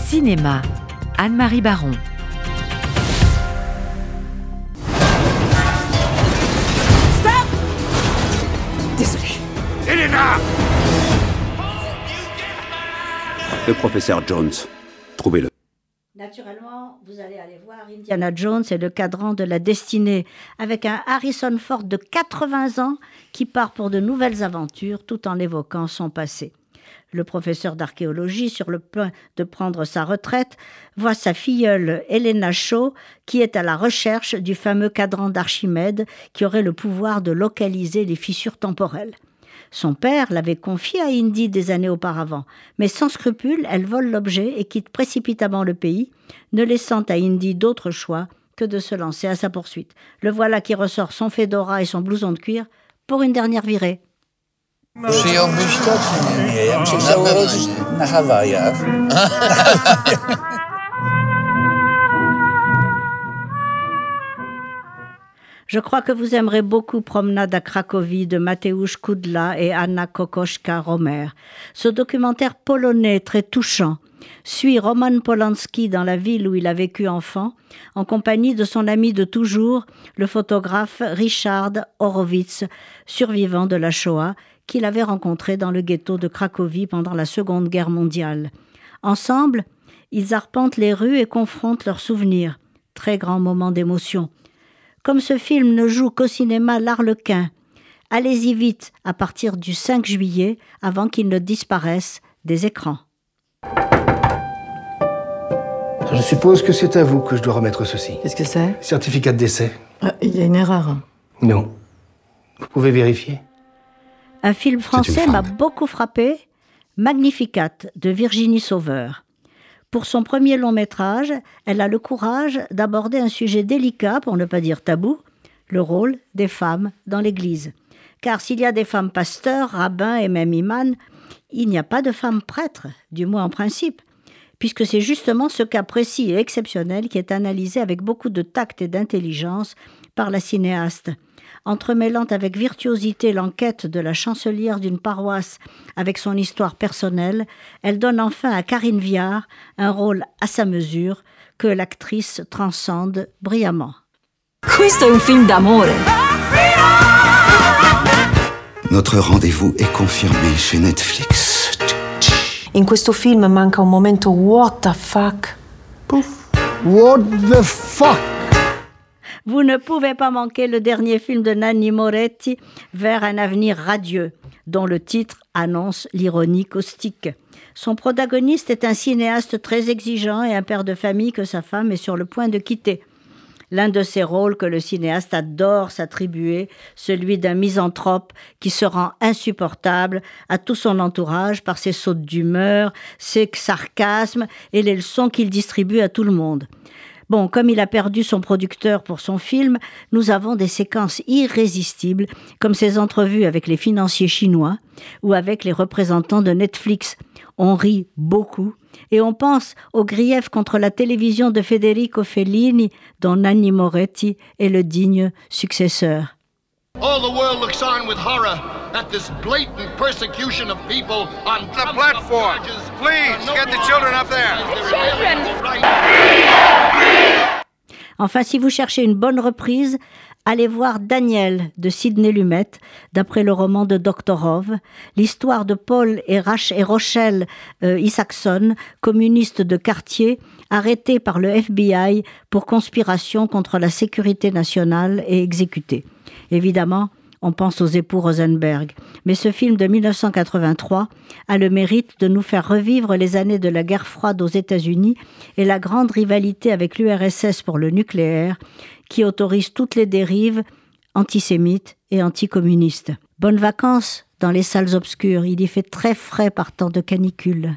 Cinéma, Anne-Marie Baron. Stop! Désolé. Elena! Le professeur Jones, trouvez-le. Naturellement, vous allez aller voir Indiana Jones et le cadran de la destinée, avec un Harrison Ford de 80 ans qui part pour de nouvelles aventures tout en évoquant son passé. Le professeur d'archéologie, sur le point de prendre sa retraite, voit sa filleule Helena Shaw qui est à la recherche du fameux cadran d'Archimède qui aurait le pouvoir de localiser les fissures temporelles. Son père l'avait confié à Indy des années auparavant, mais sans scrupule, elle vole l'objet et quitte précipitamment le pays, ne laissant à Indy d'autre choix que de se lancer à sa poursuite. Le voilà qui ressort son fedora et son blouson de cuir pour une dernière virée. Przyjąłbyś to, czy nie? Ja bym się chciał urodzić na Hawajach. Je crois que vous aimerez beaucoup Promenade à Cracovie de Mateusz Kudla et Anna Kokoschka-Romer. Ce documentaire polonais très touchant suit Roman Polanski dans la ville où il a vécu enfant, en compagnie de son ami de toujours, le photographe Richard Horowitz, survivant de la Shoah, qu'il avait rencontré dans le ghetto de Cracovie pendant la Seconde Guerre mondiale. Ensemble, ils arpentent les rues et confrontent leurs souvenirs. Très grand moment d'émotion. Comme ce film ne joue qu'au cinéma l'Arlequin, allez-y vite à partir du 5 juillet avant qu'il ne disparaisse des écrans. Je suppose que c'est à vous que je dois remettre ceci. Qu'est-ce que c'est ? Certificat de décès. Il y a une erreur. Non. Vous pouvez vérifier. Un film français m'a beaucoup frappé, Magnificat de Virginie Sauveur. Pour son premier long-métrage, elle a le courage d'aborder un sujet délicat, pour ne pas dire tabou, le rôle des femmes dans l'Église. Car s'il y a des femmes pasteurs, rabbins et même imams, il n'y a pas de femmes prêtres, du moins en principe, puisque c'est justement ce cas précis et exceptionnel qui est analysé avec beaucoup de tact et d'intelligence par la cinéaste. Entremêlant avec virtuosité l'enquête de la chancelière d'une paroisse avec son histoire personnelle, elle donne enfin à Karine Viard un rôle à sa mesure que l'actrice transcende brillamment. Questo è un film d'amore. Notre rendez-vous est confirmé chez Netflix. In questo film manca un momento what the fuck. Pouf. What the fuck? Vous ne pouvez pas manquer le dernier film de Nanni Moretti, Vers un avenir radieux, dont le titre annonce l'ironie caustique. Son protagoniste est un cinéaste très exigeant et un père de famille que sa femme est sur le point de quitter. L'un de ces rôles que le cinéaste adore s'attribuer, celui d'un misanthrope qui se rend insupportable à tout son entourage par ses sautes d'humeur, ses sarcasmes et les leçons qu'il distribue à tout le monde. Bon, comme il a perdu son producteur pour son film, nous avons des séquences irrésistibles, comme ces entrevues avec les financiers chinois ou avec les représentants de Netflix. On rit beaucoup et on pense aux griefs contre la télévision de Federico Fellini, dont Nanni Moretti est le digne successeur. All the world looks on with horror at this blatant persecution of people on The platform. Please, get the children up there. Enfin, si vous cherchez une bonne reprise, allez voir Daniel de Sidney Lumet, d'après le roman de Doktorov, l'histoire de Paul et Rochelle Isaacson, communistes de quartier, arrêtés par le FBI pour conspiration contre la sécurité nationale et exécutés. Évidemment, on pense aux époux Rosenberg. Mais ce film de 1983 a le mérite de nous faire revivre les années de la guerre froide aux États-Unis et la grande rivalité avec l'URSS pour le nucléaire qui autorise toutes les dérives antisémites et anticommunistes. Bonnes vacances dans les salles obscures, il y fait très frais par temps de canicule.